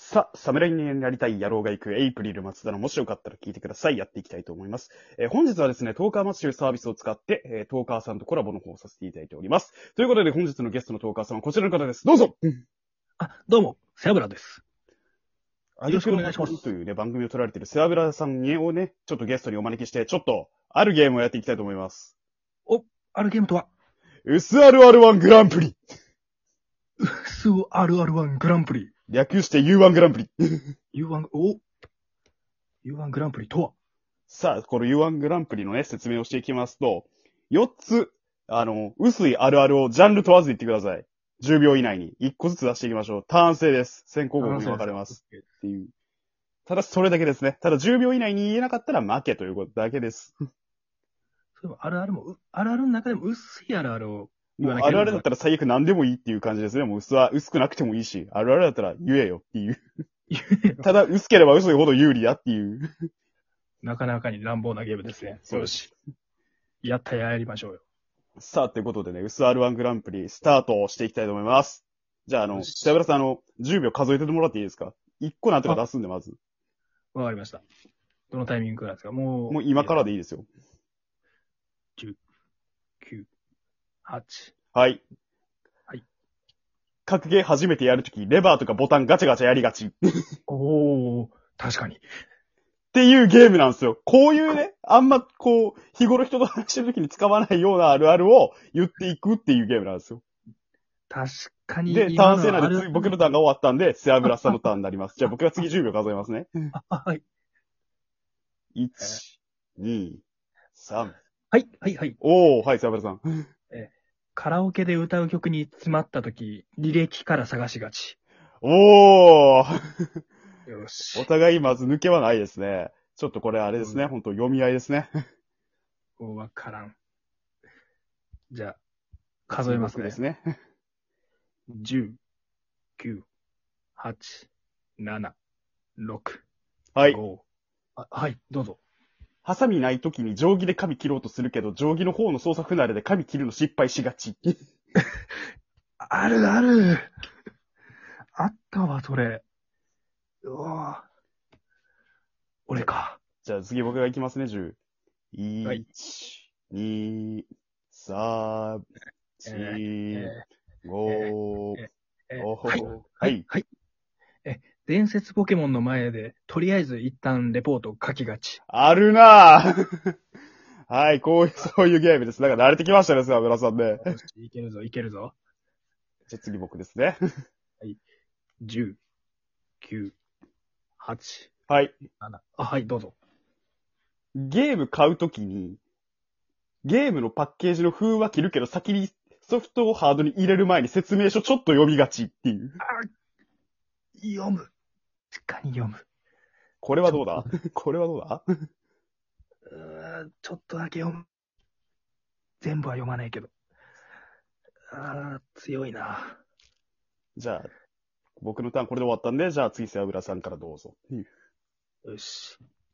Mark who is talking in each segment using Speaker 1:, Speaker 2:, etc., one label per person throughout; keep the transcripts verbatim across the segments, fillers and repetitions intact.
Speaker 1: さあ、侍になりたい野郎が行くエイプリル松田のもしよかったら聞いてください。やっていきたいと思います。えー本日はですね、トーカーマッチというサービスを使って、えートーカーさんとコラボの方をさせていただいております。ということで本日のゲストのトーカーさんはこちらの方です。どうぞ。
Speaker 2: あ、どうも、背脂です。
Speaker 1: よ
Speaker 2: ろしくお願いします
Speaker 1: というね、番組を撮られているセアブラさんをね、ちょっとゲストにお招きして、ちょっと、あるゲームをやっていきたいと思います。
Speaker 2: お、あるゲームとは、
Speaker 1: エスアールアールワン グランプリ
Speaker 2: スー アールアールワン グランプリ。
Speaker 1: 略して ユーワン グランプリ。
Speaker 2: ユーワン、お ユーワン グランプリとは、
Speaker 1: さあ、この ユーワン グランプリのね、説明をしていきますと、よっつ、あの、薄いあるあるをジャンル問わず言ってください。じゅうびょう以内にいっこずつ出していきましょう。ターン制です。先行後攻に分かれます。っていう。ただそれだけですね。ただじゅうびょう以内に言えなかったら負けということだけです。
Speaker 2: そういえばあるあるも、うあるあるの中でも薄いあるあるを言
Speaker 1: もう
Speaker 2: わなきゃいけない。
Speaker 1: あるあるだったら最悪何でもいいっていう感じですね。もう薄は、薄くなくてもいいし、あるあるだったら言えよっていう。ただ薄ければ薄いほど有利やっていう。
Speaker 2: なかなかに乱暴なゲームですね。
Speaker 1: そうです
Speaker 2: よし。やったややりましょうよ。
Speaker 1: さあ、ということでね、薄 アールワン グランプリスタートしていきたいと思います。じゃあ、あの、
Speaker 2: よし
Speaker 1: 北村さん、あの、じゅうびょう数えててもらっていいですか？ いっ 個なんとか出すんで、まず。
Speaker 2: わかりました。どのタイミングなんですか？もう。
Speaker 1: もう今からで
Speaker 2: いい
Speaker 1: いいですよ。
Speaker 2: じゅう、きゅう、はち。
Speaker 1: はい。
Speaker 2: はい。
Speaker 1: 格ゲー初めてやるとき、レバーとかボタンガチャガチャやりがち。っ
Speaker 2: おー、確かに。
Speaker 1: ていうゲームなんですよ。こういうね、あんまこう、日頃人と話してるときに使わないようなあるあるを言っていくっていうゲームなんですよ。
Speaker 2: 確かに。
Speaker 1: で、
Speaker 2: 今の
Speaker 1: 単性なんで、
Speaker 2: ある
Speaker 1: 次僕のターンが終わったんで、セアブラさんのターンになります。じゃあ僕が次じゅうびょう数えますね。
Speaker 2: あ、あはい。
Speaker 1: いち、に、さん。
Speaker 2: はい、はい、はい。
Speaker 1: おー、はい、セアブラさん。
Speaker 2: カラオケで歌う曲に詰まったとき、履歴から探しがち。
Speaker 1: おー
Speaker 2: よし。
Speaker 1: お互いまず抜けはないですね。ちょっとこれあれですね。
Speaker 2: うん
Speaker 1: ほんと読み合いですね。
Speaker 2: わからん。じゃあ、数えますね。
Speaker 1: 僕ですね。
Speaker 2: じゅう、きゅう、はち、なな、ろく、
Speaker 1: はい。
Speaker 2: ご。あ、はい、どうぞ。
Speaker 1: ハサミない時に定規で髪切ろうとするけど、定規の方の操作不慣れで髪切るの失敗しがち。
Speaker 2: あるある。あったわ、それ。うわ俺か。
Speaker 1: じゃあ次僕が行きますね、じゅう。
Speaker 2: はい
Speaker 1: いち、に、さん、
Speaker 2: え
Speaker 1: よん、ご、
Speaker 2: ええ
Speaker 1: お
Speaker 2: はい、
Speaker 1: は
Speaker 2: はいい、。はい。え、伝説ポケモンの前で、とりあえず一旦レポート書きがち。
Speaker 1: あるなぁ。はい、こういう、そういうゲームです。なんか慣れてきましたね、沢村さんね。
Speaker 2: よしいけるぞ、いけるぞ。
Speaker 1: じゃあ次僕ですね。
Speaker 2: じゅう、きゅう、はち、
Speaker 1: はい。
Speaker 2: なな。あ、はい、どうぞ。
Speaker 1: ゲーム買うときに、ゲームのパッケージの封は切るけど、先にソフトをハードに入れる前に説明書ちょっと読みがちっていう。
Speaker 2: 読む。しっかり読む。
Speaker 1: これはどうだこれはどうだ
Speaker 2: うーちょっとだけ読む。全部は読まないけど。あー強いな。
Speaker 1: じゃあ、僕のターンこれで終わったんで、じゃあ次、セアブラさんからどうぞ。
Speaker 2: よし。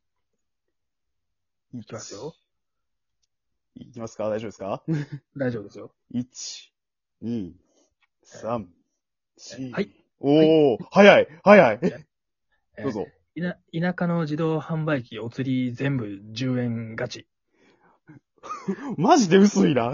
Speaker 1: い
Speaker 2: いきますよ。
Speaker 1: いきますか？大丈夫ですか？
Speaker 2: 大丈夫ですよ。
Speaker 1: いち、に、さん、よん。
Speaker 2: はい。
Speaker 1: おー、早い、早い。
Speaker 2: え
Speaker 1: どうぞ。
Speaker 2: いな田舎の自動販売機お釣り全部じゅうえんガチ。
Speaker 1: マジで薄いな。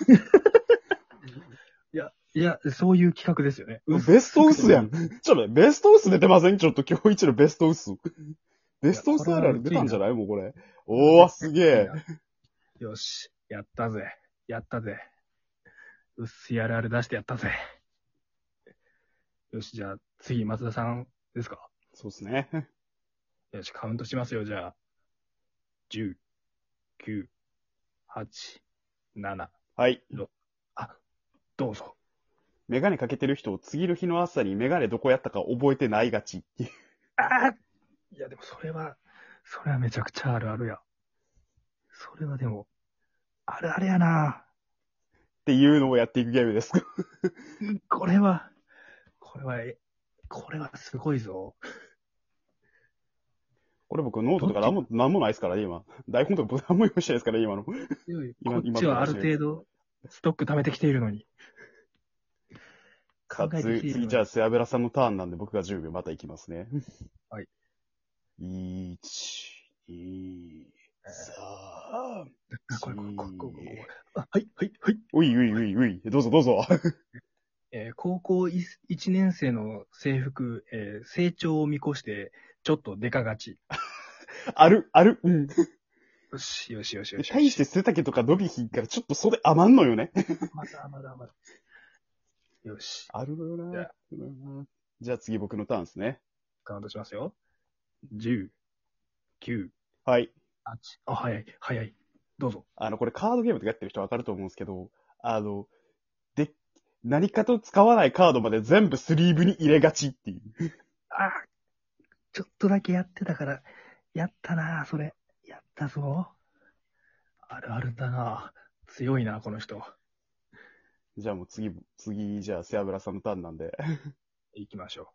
Speaker 2: いや、いや、そういう企画ですよね。
Speaker 1: ベスト薄やん。ちょっと待って、ベスト薄出てません？ちょっと今日一のベスト薄。ベスト薄あるある出たんじゃない？もうこれ。おー、すげえ。
Speaker 2: よし。やったぜ。やったぜ。うっすいあるある出してやったぜ。よし、じゃあ次、松田さんですか？
Speaker 1: そうですね。
Speaker 2: よし、カウントしますよ、じゃあ。じゅう、きゅう、はち、なな、
Speaker 1: はい。
Speaker 2: あ、どうぞ。
Speaker 1: メガネかけてる人を次の日の朝にメガネどこやったか覚えてないがちっていう。
Speaker 2: ああいや、でもそれは、それはめちゃくちゃあるあるや。それはでも、あるあるやな。
Speaker 1: っていうのをやっていくゲームです。
Speaker 2: これは、これは、え、これはすごいぞ。
Speaker 1: これ僕ノートとか何も、何もないですからね、今。台本とか何も用意してないですからね、今の。今
Speaker 2: こっちはある程度、ストック貯めてきているのに。
Speaker 1: さあ、
Speaker 2: 考えてきているのに
Speaker 1: 次、次じゃあ、背脂さんのターンなんで僕がじゅうびょうまた行きますね。
Speaker 2: はい。
Speaker 1: いち、に、さん、
Speaker 2: あ、これ、これ、これ、これ、これ
Speaker 1: いち。
Speaker 2: あ、はい、はい、はい。
Speaker 1: ういういういうい、どうぞどうぞ。
Speaker 2: えー高校いちねん生の制服、えー成長を見越して、ちょっとデカがち。
Speaker 1: ある、ある。うん。
Speaker 2: よし、よし、よし、よ
Speaker 1: で、
Speaker 2: し。
Speaker 1: 対して背丈とか伸びひんからちょっと袖余んのよね。
Speaker 2: まだ、まだ、まだ。よし。
Speaker 1: あるのよな
Speaker 2: じゃあ。
Speaker 1: じゃあ次僕のターンですね。
Speaker 2: カウントしますよ。じゅう、きゅう、
Speaker 1: はい。
Speaker 2: はち。あ、早い、早い。どうぞ。
Speaker 1: あの、これカードゲームとかやってる人わかると思うんですけど、あの、で、何かと使わないカードまで全部スリーブに入れがちっていう。
Speaker 2: あ、ちょっとだけやってたから、やったな、それ。やったぞ。あるあるだな。強いな、この人。
Speaker 1: じゃあもう次、次、じゃあ背脂さんのターンなんで。
Speaker 2: 行きましょ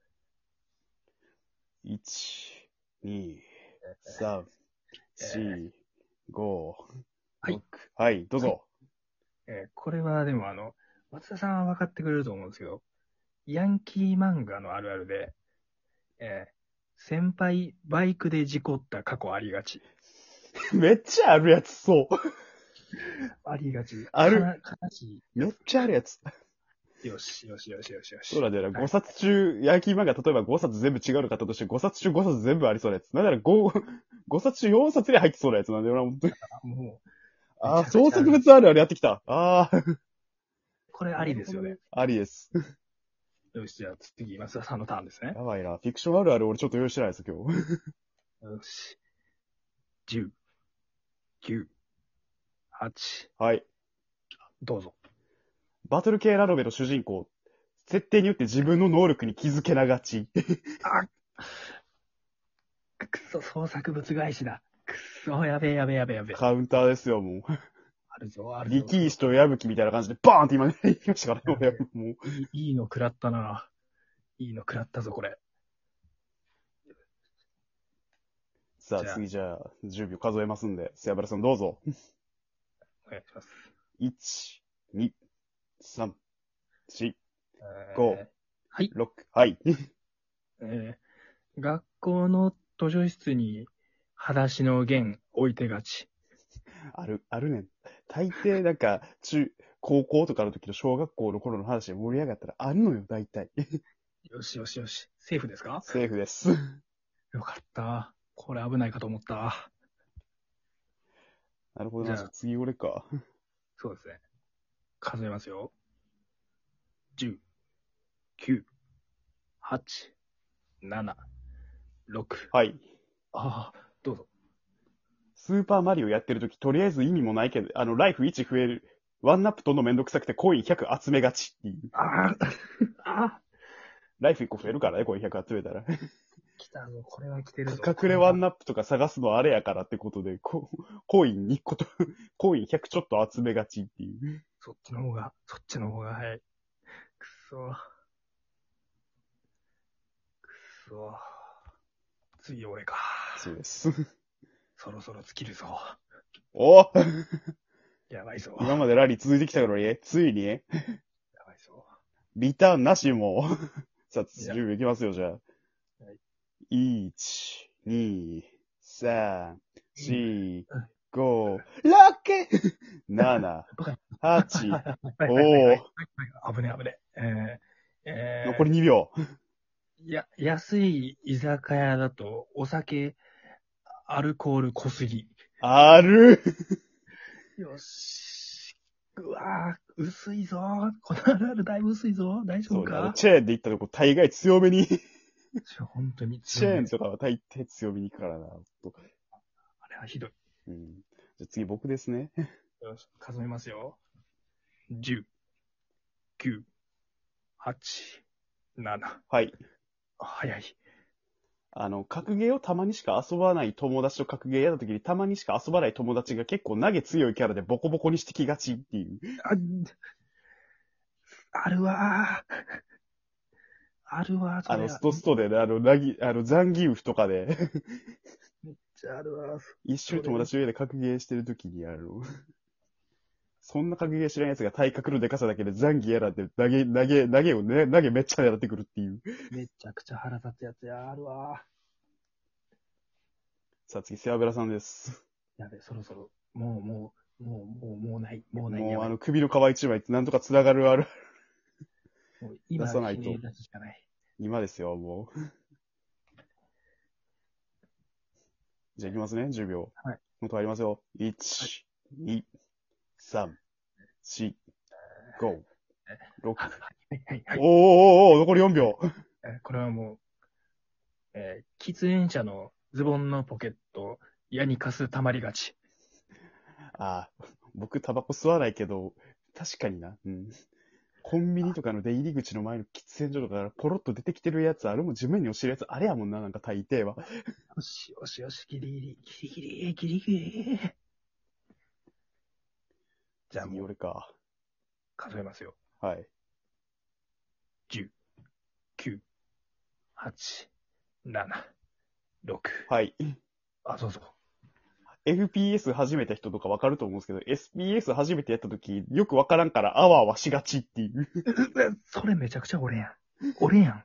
Speaker 1: いち、に、さん、
Speaker 2: う。えー
Speaker 1: よん、ご、
Speaker 2: はい
Speaker 1: ろく。はい、どうぞ。
Speaker 2: えーこれはでもあの、松田さんは分かってくれると思うんですけど、ヤンキー漫画のあるあるで、えー先輩、バイクで事故った過去ありがち。
Speaker 1: めっちゃあるやつ、そう。
Speaker 2: ありがち。
Speaker 1: ある
Speaker 2: かな悲しいや
Speaker 1: めっちゃあるやつ。
Speaker 2: つ。よし、よし、よし、よし、よし。
Speaker 1: そうなんだよな。
Speaker 2: はい
Speaker 1: ごさつ中、ヤンキー漫画、例えばごさつ全部違うの買ったとして、ごさつ中ごさつ全部ありそうなやつ。なんならご、ごさつ中よんさつで入ってそうなやつなんだよな、本当に。
Speaker 2: もう、
Speaker 1: ああ、
Speaker 2: めちゃくちゃ
Speaker 1: 創作物あるあるやってきた。ああ。
Speaker 2: これありですよね。
Speaker 1: ありです。
Speaker 2: よし、じゃあ次、松田さんのターンですね。
Speaker 1: やばいな。フィクションあるある俺ちょっと用意してないです、今日。
Speaker 2: よし。じゅう、きゅう、はち、
Speaker 1: はい。
Speaker 2: どうぞ。
Speaker 1: バトル系ラノベの主人公。設定によって自分の能力に気づけながち。
Speaker 2: あくそ、創作物返しだ。くそ、やべえやべえやべえやべえ。
Speaker 1: カウンターですよ、もう。
Speaker 2: あるぞ、あるぞ。
Speaker 1: 力石と矢吹みたいな感じでバーンって今ね、行きましたからね、俺もう。
Speaker 2: いい、いいの食らったな。いいの食らったぞ、これ。
Speaker 1: さあ、
Speaker 2: じゃあ
Speaker 1: 次じゃあ、じゅうびょう数えますんで、背脂さんどうぞ。
Speaker 2: お願いします。
Speaker 1: いち、に、さん、よん、
Speaker 2: えー
Speaker 1: ご
Speaker 2: はい。
Speaker 1: ろく。はい。
Speaker 2: えー学校の図書室に裸足の弦置いてがち。
Speaker 1: ある、あるねん。大抵なんか、中、高校とかの時の小学校の頃の話で盛り上がったらあるのよ、大体。
Speaker 2: よしよしよし。セーフですか？
Speaker 1: セーフです。
Speaker 2: よかった。これ危ないかと思った。
Speaker 1: なるほどな、
Speaker 2: じゃあ
Speaker 1: じゃあ次俺か。
Speaker 2: そうですね。数えますよ。じゅう、きゅう、はち、なな、ろく。
Speaker 1: はい。
Speaker 2: ああ、どうぞ。
Speaker 1: スーパーマリオやってる時とりあえず意味もないけど、あの、ライフいち増える。ワンナップ取るのめんどくさくてコインひゃく集めがちっていう。
Speaker 2: ああ、ああ、
Speaker 1: ライフいっこ増えるからね、コインひゃく集めたら。
Speaker 2: 来たぞ。これは来てるぞ。
Speaker 1: 隠れワンナップとか探すのあれやからってことで、こコインにこと、コインひゃくちょっと集めがちっていう。
Speaker 2: そっちの方が、そっちの方が早い。くそ。くそ。次俺か。
Speaker 1: そうです。
Speaker 2: そろそろ尽きるぞ。
Speaker 1: お
Speaker 2: やばいぞ。
Speaker 1: 今までラリー続いてきたのに、ついに、
Speaker 2: やばいぞ。
Speaker 1: リターンなしも。さあ、
Speaker 2: いや
Speaker 1: 準備いきますよ、じゃあ。
Speaker 2: はい
Speaker 1: いち、に、さん、よん
Speaker 2: うん、
Speaker 1: ご、ろく、なな、はち、
Speaker 2: はいはい
Speaker 1: お
Speaker 2: はい
Speaker 1: ー、
Speaker 2: 危ね危ね。えー、えー、
Speaker 1: 残りにびょう。
Speaker 2: いや、安い居酒屋だと、お酒、アルコール濃すぎ。
Speaker 1: ある
Speaker 2: よし。うわぁ、薄いぞ。このあるあるだいぶ薄いぞ。大丈
Speaker 1: そうね、あの、
Speaker 2: 夫か？
Speaker 1: チェーンで行ったとこ、大概強めに、
Speaker 2: 本当に
Speaker 1: チ
Speaker 2: 強いね。
Speaker 1: ェーンとかは大抵強めに行くからな。と
Speaker 2: あれはひどい。
Speaker 1: うん、じゃあ次僕ですね。
Speaker 2: よし、数えますよ。じゅう、きゅう、はち、なな。
Speaker 1: はい。
Speaker 2: 早い。
Speaker 1: あの、格ゲーをたまにしか遊ばない友達と格ゲーやった時にたまにしか遊ばない友達が結構投げ強いキャラでボコボコにしてきがちっていう。
Speaker 2: あ、あるわー。あるわー、それ。
Speaker 1: あの、ストストでね、あの、なぎ、あの、ザンギウフとかで、
Speaker 2: めっちゃあるわー。
Speaker 1: 一緒に友達の家で格ゲーしてる時に、あの、 そんな格ゲー知らん奴が体格のデカさだけでザンギやらって投げ、投げ、投げをね、投げめっちゃ狙ってくるっていう。
Speaker 2: めちゃくちゃ腹立つやつや、あるわ。
Speaker 1: さあ次、セアブラさんです。
Speaker 2: やべ、そろそろ、もう、もう、もう、もう、もうない、もうない。
Speaker 1: もうあの首の皮一枚ってなんとか繋がるある。
Speaker 2: もう今、
Speaker 1: 出さないと
Speaker 2: ひねり出すしかない。
Speaker 1: 今ですよ、もう。じゃあ行きますね、じゅうびょう。
Speaker 2: はい。
Speaker 1: もっとありますよ。いち、に、さん、し、ご、ろく。
Speaker 2: はい、はい、はい。
Speaker 1: おーおーおー残りよんびょう。
Speaker 2: えこれはもう、えー喫煙者のズボンのポケット、矢にかすたまりがち。
Speaker 1: ああ、僕タバコ吸わないけど、確かにな。うん。コンビニとかの出入り口の前の喫煙所とかからポロッと出てきてるやつ、あれも地面に落ちてるやつ、あれやもんな、なんか大抵は。
Speaker 2: よし、よし、よし、ギリギリ、ギリギリ、ギリギリ。じゃあ
Speaker 1: 次
Speaker 2: もう、
Speaker 1: 俺か。
Speaker 2: 数えますよ。
Speaker 1: はい。
Speaker 2: じゅう、きゅう、はち、なな、ろく。
Speaker 1: はい。
Speaker 2: あ、そうそう。
Speaker 1: エフピーエス 始めた人とかわかると思うんですけど、エスピーエス 初めてやった時、よくわからんからあわあわしがちっていう。
Speaker 2: それめちゃくちゃ俺やん。俺やん。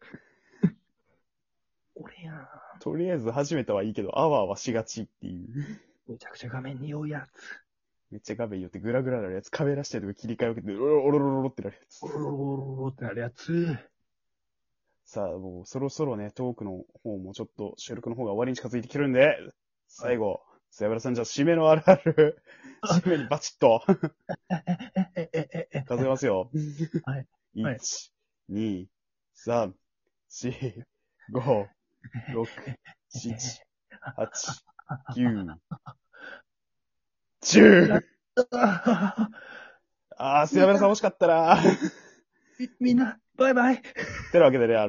Speaker 2: 俺やん。
Speaker 1: とりあえず始めたはいいけど、あわあわしがちっていう。
Speaker 2: めちゃくちゃ画面に酔うやつ。
Speaker 1: めっちゃ画面によってグラグラなるやつ、壁出してるとか切り替えを受けて、おろおろろろろってなるやつ
Speaker 2: お。ろろろろろってなるやつ。
Speaker 1: さあ、もうそろそろね、トークの方もちょっと収録の方が終わりに近づいてきてるんで、最後、瀬原さんじゃあ締めのあるある、締めにバチッと
Speaker 2: え、え、え、え、え、
Speaker 1: 数えますよ。
Speaker 2: はい。はい
Speaker 1: いち、に、さん、し、ご、ろく、しち、はち、きゅう、じゅう! あー、瀬原さん惜しかったな。
Speaker 2: み、みんな、バイバイ。
Speaker 1: てなわけでね、あの